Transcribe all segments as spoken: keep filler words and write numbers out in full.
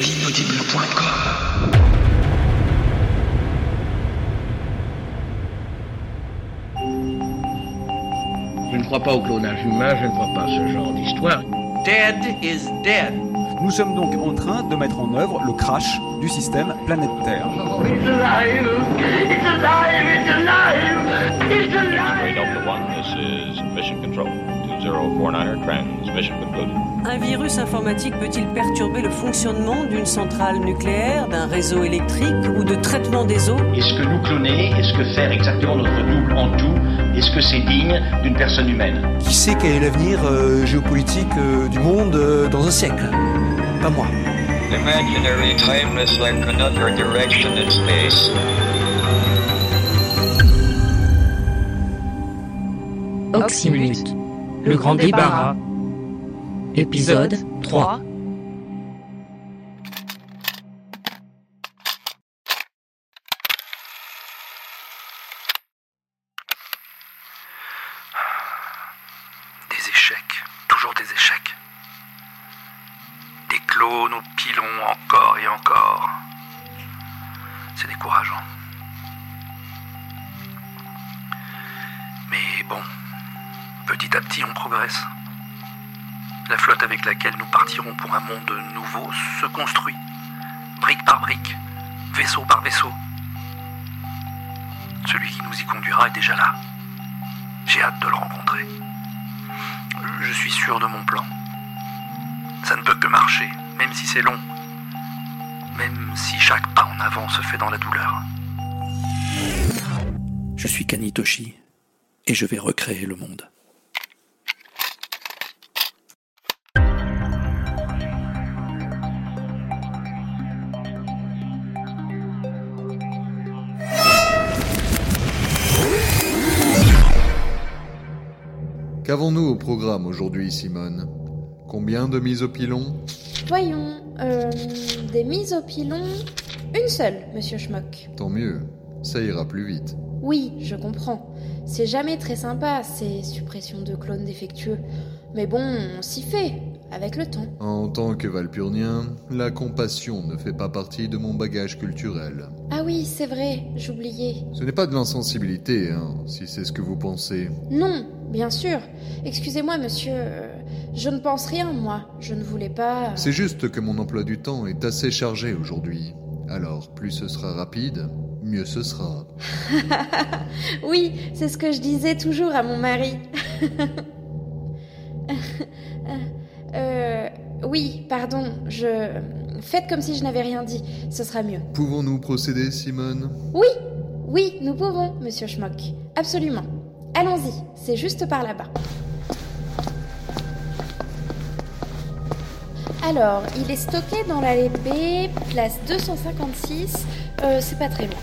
l'inaudible point com. Je ne crois pas au clonage humain, je ne crois pas à ce genre d'histoire. Dead is dead. Nous sommes donc en train de mettre en œuvre le crash du système planète Terre. Oh, it's alive! It's alive! It's alive! It's alive! Delta One, this is Mission Control. two zero four niner, transmission concluded. Un virus informatique peut-il perturber le fonctionnement d'une centrale nucléaire, d'un réseau électrique ou de traitement des eaux ? Est-ce que nous cloner, est-ce que faire exactement notre double en tout, est-ce que c'est digne d'une personne humaine ? Qui sait quel est l'avenir euh, géopolitique euh, du monde euh, dans un siècle ? Pas moi. Imaginary timeless like another direction in space. Oxymute, le grand débarras. Épisode trois. Des échecs, toujours des échecs. Des clones ou pilons encore et encore. C'est décourageant. Mais bon, petit à petit on progresse. La flotte avec laquelle nous partirons pour un monde nouveau se construit, brique par brique, vaisseau par vaisseau. Celui qui nous y conduira est déjà là. J'ai hâte de le rencontrer. Je suis sûr de mon plan. Ça ne peut que marcher, même si c'est long. Même si chaque pas en avant se fait dans la douleur. Je suis Kanitoshi, et je vais recréer le monde. Qu'avons-nous au programme aujourd'hui, Simone ? Combien de mises au pilon ? Voyons, euh, des mises au pilon, une seule, monsieur Schmock. Tant mieux, ça ira plus vite. Oui, je comprends. C'est jamais très sympa, ces suppressions de clones défectueux. Mais bon, on s'y fait, avec le temps. En tant que valpurnien, la compassion ne fait pas partie de mon bagage culturel. Ah oui, c'est vrai, j'oubliais. Ce n'est pas de l'insensibilité, hein, si c'est ce que vous pensez. Non, bien sûr. Excusez-moi, monsieur, euh, je ne pense rien, moi. Je ne voulais pas... C'est juste que mon emploi du temps est assez chargé aujourd'hui. Alors, plus ce sera rapide, mieux ce sera. Oui, c'est ce que je disais toujours à mon mari. euh, oui, pardon, je... Faites comme si je n'avais rien dit, ce sera mieux. Pouvons-nous procéder, Simone ? Oui, oui, nous pouvons, monsieur Schmock. Absolument. Allons-y, c'est juste par là-bas. Alors, il est stocké dans l'allée B, place deux cent cinquante-six. Euh, c'est pas très loin.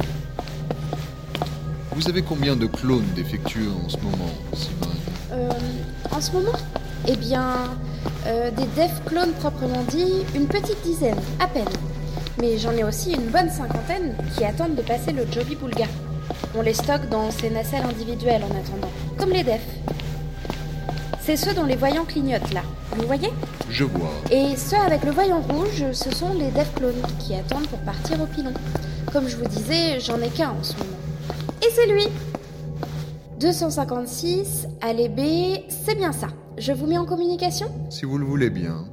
Vous avez combien de clones défectueux en ce moment, Simone ? Euh, en ce moment ? Eh bien, euh, des dev clones proprement dit, une petite dizaine, à peine. Mais j'en ai aussi une bonne cinquantaine qui attendent de passer le Joby Boulga. On les stocke dans ces nacelles individuelles en attendant, comme les defs. C'est ceux dont les voyants clignotent là, vous voyez ? Je vois. Et ceux avec le voyant rouge, ce sont les dev clones qui attendent pour partir au pilon. Comme je vous disais, j'en ai qu'un en ce moment. Et c'est lui ! deux cent cinquante-six, allée B, c'est bien ça. Je vous mets en communication ? Si vous le voulez bien.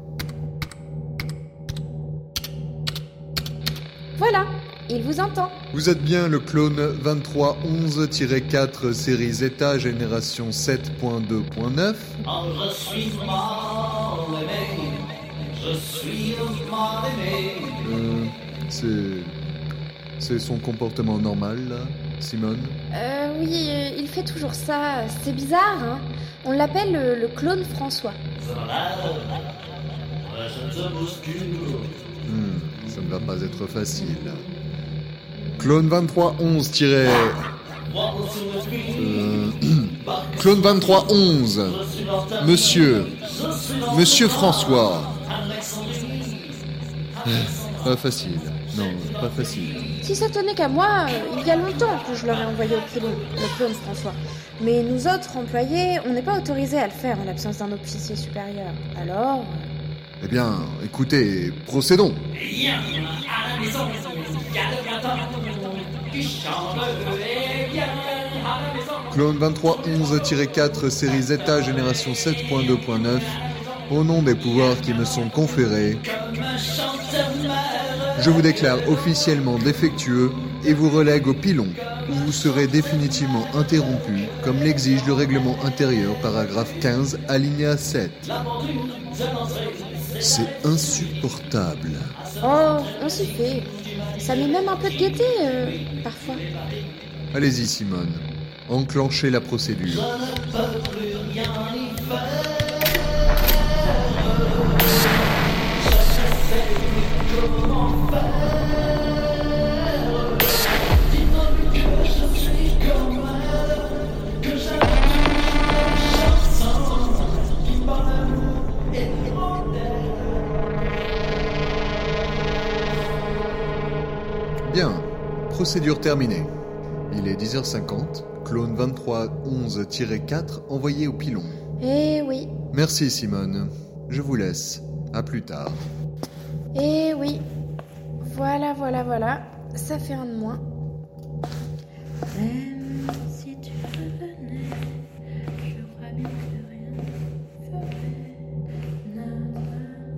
Voilà, il vous entend. Vous êtes bien le clone vingt-trois onze quatre série Zeta génération sept point deux point neuf. Oh, je suis mal aimé, je suis mal aimé. Euh, c'est... C'est son comportement normal, là, Simone ? Euh, oui, euh, il fait toujours ça. C'est bizarre, hein ? On l'appelle le, le clone François. Hmm, ça ne va pas être facile. Clone vingt-trois onze tiré... Euh, Clone vingt-trois onze. Monsieur. Monsieur François. Pas facile. Non, pas facile. Si ça tenait qu'à moi, il y a longtemps que je l'aurais envoyé au pilon, le clone François. Mais nous autres employés, on n'est pas autorisés à le faire en l'absence d'un officier supérieur. Alors... Eh bien, écoutez, procédons. Viens à la maison, il y a le printemps qui chante et viens à la maison. Clone vingt-trois onze quatre, série Zeta, génération sept point deux point neuf. Au nom des pouvoirs qui me sont conférés, je vous déclare officiellement défectueux et vous relègue au pilon, où vous serez définitivement interrompu, comme l'exige le règlement intérieur, paragraphe quinze, alinéa sept. C'est insupportable. Oh, on s'y fait. Ça met même un peu de gaieté, euh, parfois. Allez-y, Simone. Enclenchez la procédure. Bien, procédure terminée. Il est dix heures cinquante, clone vingt-trois onze quatre envoyé au pilon. Eh oui. Merci Simone, je vous laisse. À plus tard. Eh oui. Voilà, voilà, voilà. Ça fait un de moins. Même si tu revenais, je crois bien que rien ne ferait notre...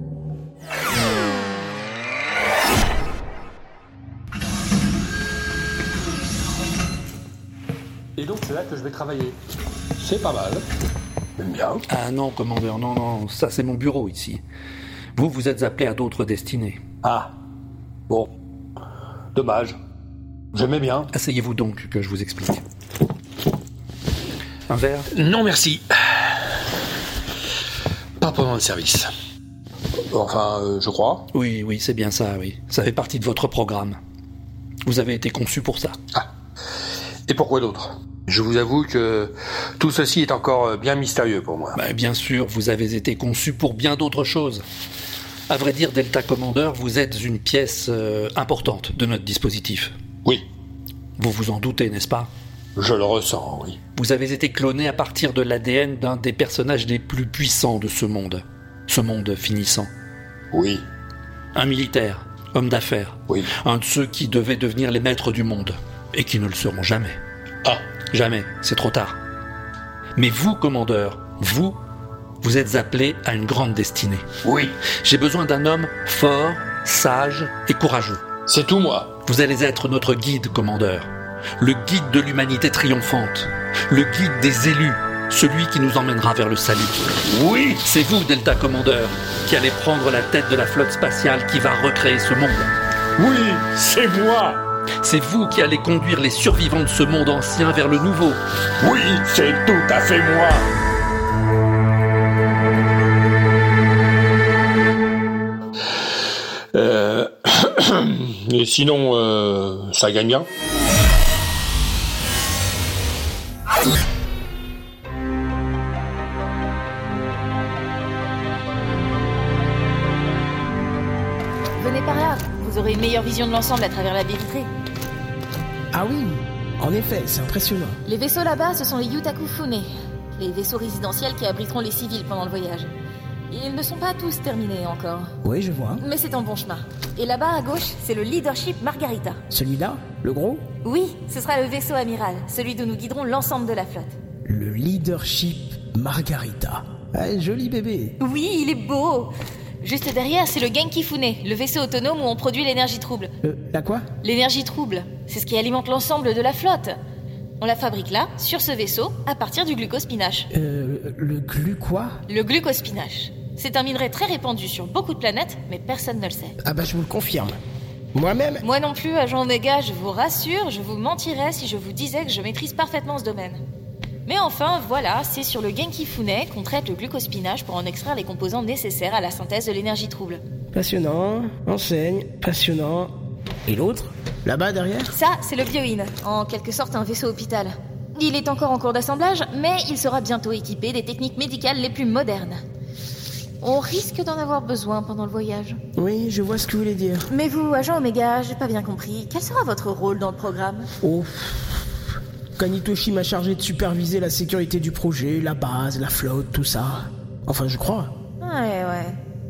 Et donc c'est là que je vais travailler. C'est pas mal. J'aime bien. Ah non, commandeur, non, non, ça c'est mon bureau ici. Vous, vous êtes appelé à d'autres destinées. Ah, bon. Dommage. J'aimais bien. Asseyez-vous donc, que je vous explique. Un verre ? Non, merci. Pas pendant le service. Enfin, euh, je crois. Oui, oui, c'est bien ça, oui. Ça fait partie de votre programme. Vous avez été conçu pour ça. Ah. Et pourquoi d'autre ? Je vous avoue que tout ceci est encore bien mystérieux pour moi. Bah, bien sûr, vous avez été conçu pour bien d'autres choses. À vrai dire, Delta Commander, vous êtes une pièce euh, importante de notre dispositif. Oui. Vous vous en doutez, n'est-ce pas ? Je le ressens, oui. Vous avez été cloné à partir de l'A D N d'un des personnages les plus puissants de ce monde. Ce monde finissant. Oui. Un militaire, homme d'affaires. Oui. Un de ceux qui devaient devenir les maîtres du monde. Et qui ne le seront jamais. Ah. Jamais, c'est trop tard. Mais vous, commandeur, vous, vous êtes appelé à une grande destinée. Oui. J'ai besoin d'un homme fort, sage et courageux. C'est tout moi. Vous allez être notre guide, commandeur. Le guide de l'humanité triomphante. Le guide des élus. Celui qui nous emmènera vers le salut. Oui. C'est vous, Delta Commander, qui allez prendre la tête de la flotte spatiale qui va recréer ce monde. Oui, c'est moi. C'est vous qui allez conduire les survivants de ce monde ancien vers le nouveau. Oui, c'est tout à fait moi. Euh... Et sinon, euh, ça gagne bien. Venez par là, vous aurez une meilleure vision de l'ensemble à travers la baie vitrée. Ah oui, en effet, c'est impressionnant. Les vaisseaux là-bas, ce sont les Yutakufune, les vaisseaux résidentiels qui abriteront les civils pendant le voyage. Ils ne sont pas tous terminés encore. Oui, je vois. Mais c'est en bon chemin. Et là-bas, à gauche, c'est le Leadership Margarita. Celui-là ? Le gros ? Oui, ce sera le vaisseau amiral, celui d'où nous guiderons l'ensemble de la flotte. Le Leadership Margarita. Ah, joli bébé. Oui, il est beau. Juste derrière, c'est le Genki Fune, le vaisseau autonome où on produit l'énergie trouble. Euh, la quoi ? L'énergie trouble, c'est ce qui alimente l'ensemble de la flotte. On la fabrique là, sur ce vaisseau, à partir du glucospinache. Euh, le glu quoi ? Le glucospinache. C'est un minerai très répandu sur beaucoup de planètes, mais personne ne le sait. Ah bah je vous le confirme. Moi-même ? Moi non plus, agent Omega, je vous rassure, je vous mentirais si je vous disais que je maîtrise parfaitement ce domaine. Mais enfin, voilà, c'est sur le Genki Fune qu'on traite le glucospinache pour en extraire les composants nécessaires à la synthèse de l'énergie trouble. Passionnant, enseigne, passionnant. Et l'autre ? Là-bas, derrière ? Ça, c'est le Bioin, en quelque sorte un vaisseau hôpital. Il est encore en cours d'assemblage, mais il sera bientôt équipé des techniques médicales les plus modernes. On risque d'en avoir besoin pendant le voyage. Oui, je vois ce que vous voulez dire. Mais vous, agent Omega, j'ai pas bien compris. Quel sera votre rôle dans le programme ? Oh... Kanitoshi m'a chargé de superviser la sécurité du projet, la base, la flotte, tout ça. Enfin, je crois. Ouais, ouais.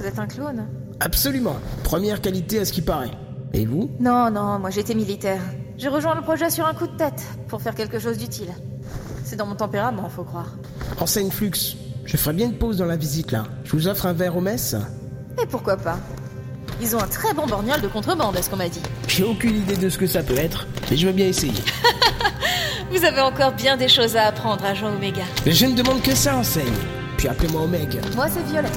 vous êtes un clone? Absolument. Première qualité à ce qui paraît. Et vous? Non, non, moi j'étais militaire. J'ai rejoint le projet sur un coup de tête, pour faire quelque chose d'utile. C'est dans mon tempérament, faut croire. Enseigne Flux, je ferais bien une pause dans la visite là. Je vous offre un verre au mess? Et pourquoi pas? Ils ont un très bon borgnole de contrebande, est-ce qu'on m'a dit. J'ai aucune idée de ce que ça peut être, mais je veux bien essayer. Vous avez encore bien des choses à apprendre, agent Oméga. Mais je ne demande que ça, enseigne. Puis appelez-moi Oméga. Moi, c'est Violette.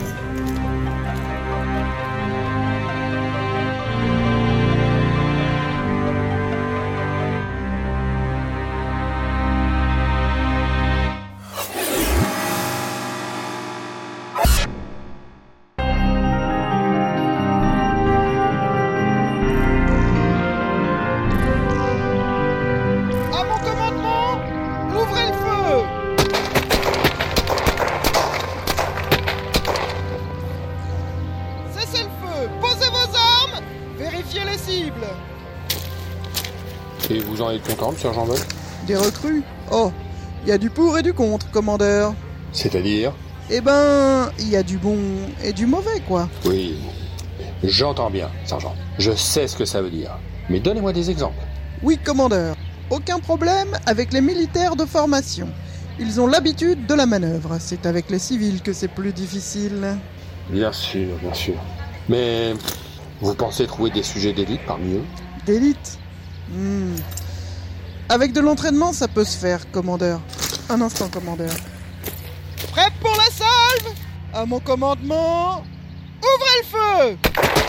Et vous en êtes content, sergent Buck? Des recrues? Oh, il y a du pour et du contre, commandeur. C'est-à-dire? Eh ben, il y a du bon et du mauvais, quoi. Oui, j'entends bien, sergent. Je sais ce que ça veut dire. Mais donnez-moi des exemples. Oui, commandeur. Aucun problème avec les militaires de formation. Ils ont l'habitude de la manœuvre. C'est avec les civils que c'est plus difficile. Bien sûr, bien sûr. Mais vous pensez trouver des sujets d'élite parmi eux? D'élite? Hmm. Avec de l'entraînement, ça peut se faire, commandeur. Un instant, commandeur. Prêt pour la salve? À mon commandement, ouvrez le feu!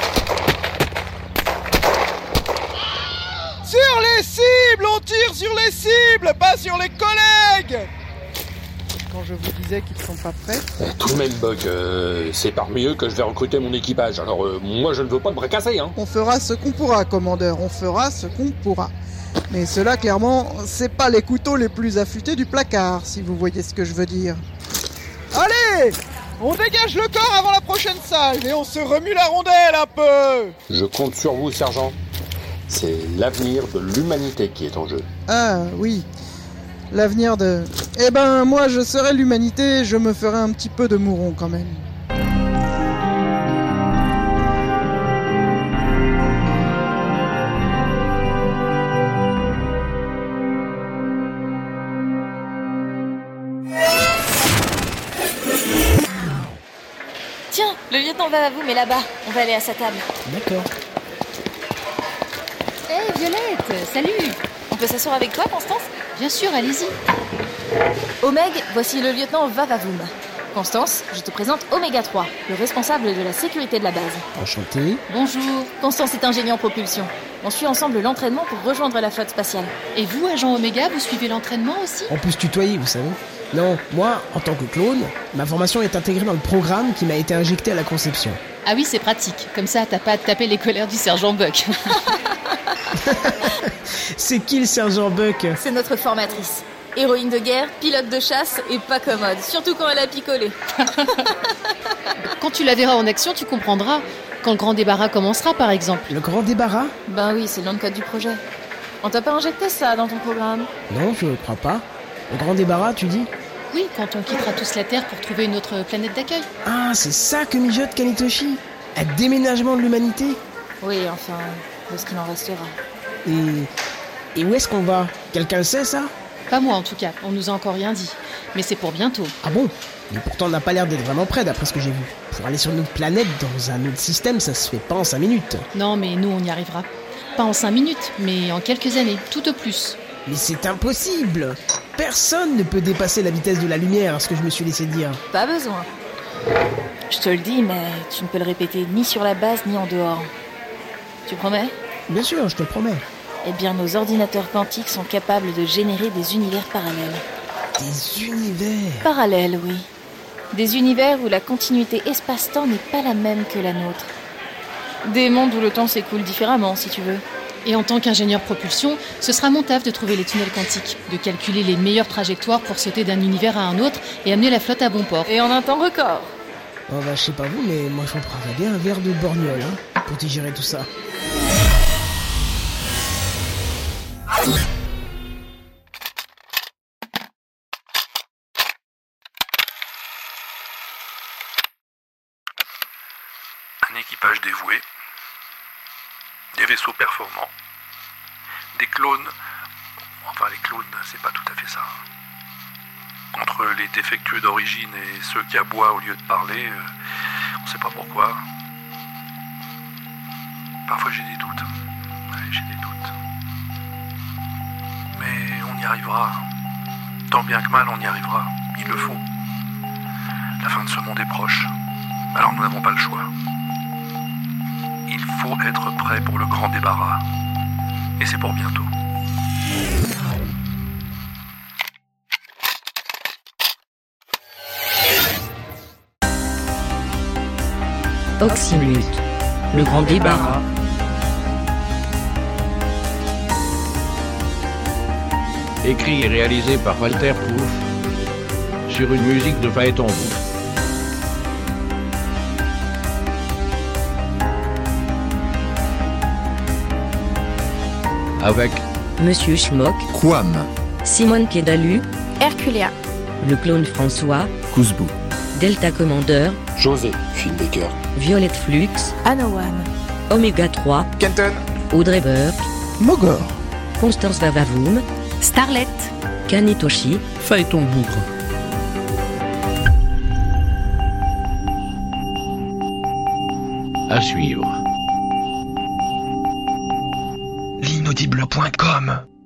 Sur les cibles! On tire sur les cibles, pas sur les collègues! Quand je vous disais qu'ils sont pas prêts... Eh, tout de même, Buck, euh, c'est parmi eux que je vais recruter mon équipage. Alors, euh, moi, je ne veux pas de bras cassés, hein. On fera ce qu'on pourra, commandeur. On fera ce qu'on pourra. Mais cela, clairement, c'est pas les couteaux les plus affûtés du placard, si vous voyez ce que je veux dire. Allez! On dégage le corps avant la prochaine salve et on se remue la rondelle un peu! Je compte sur vous, sergent. C'est l'avenir de l'humanité qui est en jeu. Ah, oui. L'avenir de... Eh ben, moi, je serai l'humanité, je me ferai un petit peu de mouron, quand même. Tiens, le lieutenant va à vous, mais là-bas. On va aller à sa table. D'accord. Hé, hey, Violette, salut! On peut s'asseoir avec toi, Constance? Bien sûr, allez-y. Omeg, voici le lieutenant Vavavoum. Constance, je te présente Oméga trois, le responsable de la sécurité de la base. Enchanté. Bonjour. Constance est ingénieur en propulsion. On suit ensemble l'entraînement pour rejoindre la flotte spatiale. Et vous, agent Oméga, vous suivez l'entraînement aussi? On peut se tutoyer, vous savez. Non, moi, en tant que clone, ma formation est intégrée dans le programme qui m'a été injecté à la conception. Ah oui, c'est pratique. Comme ça, t'as pas à te taper les colères du sergent Buck. C'est qui le sergent Buck? C'est notre formatrice. Héroïne de guerre, pilote de chasse et pas commode, surtout quand elle a picolé. Quand tu la verras en action, tu comprendras. Quand le grand débarras commencera, par exemple. Le grand débarras? Ben oui, c'est le nom de code du projet. On t'a pas injecté ça dans ton programme? Non, je crois pas. Le grand débarras, tu dis? Oui, quand on quittera tous la Terre pour trouver une autre planète d'accueil. Ah, c'est ça que mijote Kanitoshi? Un déménagement de l'humanité? Oui, enfin, de ce qu'il en restera. Et... Et où est-ce qu'on va? Quelqu'un le sait, ça? Pas moi, en tout cas. On nous a encore rien dit. Mais c'est pour bientôt. Ah bon? Mais pourtant, on n'a pas l'air d'être vraiment près, d'après ce que j'ai vu. Pour aller sur une autre planète, dans un autre système, ça se fait pas en cinq minutes. Non, mais nous, on y arrivera. Pas en cinq minutes, mais en quelques années, tout au plus. Mais c'est impossible! Personne ne peut dépasser la vitesse de la lumière, ce que je me suis laissé dire. Pas besoin. Je te le dis, mais tu ne peux le répéter ni sur la base, ni en dehors. Tu promets? Bien sûr, je te le promets. Eh bien, nos ordinateurs quantiques sont capables de générer des univers parallèles. Des univers? Parallèles, oui. Des univers où la continuité espace-temps n'est pas la même que la nôtre. Des mondes où le temps s'écoule différemment, si tu veux. Et en tant qu'ingénieur propulsion, ce sera mon taf de trouver les tunnels quantiques, de calculer les meilleures trajectoires pour sauter d'un univers à un autre et amener la flotte à bon port. Et en un temps record. Oh bah, je sais pas vous, mais moi je me prendrais bien un verre de borgnole, hein, pour digérer tout ça. équipage dévoué, des vaisseaux performants, des clones. Enfin, les clones, c'est pas tout à fait ça. Entre les défectueux d'origine et ceux qui aboient au lieu de parler, euh, on sait pas pourquoi. Parfois j'ai des doutes. Ouais, j'ai des doutes. Mais on y arrivera. Tant bien que mal, on y arrivera. Il le faut. La fin de ce monde est proche. Alors nous n'avons pas le choix. Il faut être prêt pour le grand débarras. Et c'est pour bientôt. Oxymute, le grand débarras. Écrit et réalisé par Walter Proof sur une musique de Phaéton Bouffe. Avec Monsieur Schmock, Quam, Simone Kedalu, Herculea, le clone François, Kouzbou, Delta Commander, José, Finbaker, Violette Flux, Anawan, Oméga trois, Kenton, Audrey Burke, Mogor, Constance Vavavoum, Starlet, Kanitoshi, Phaéton Bougre. à suivre. l'inaudible point com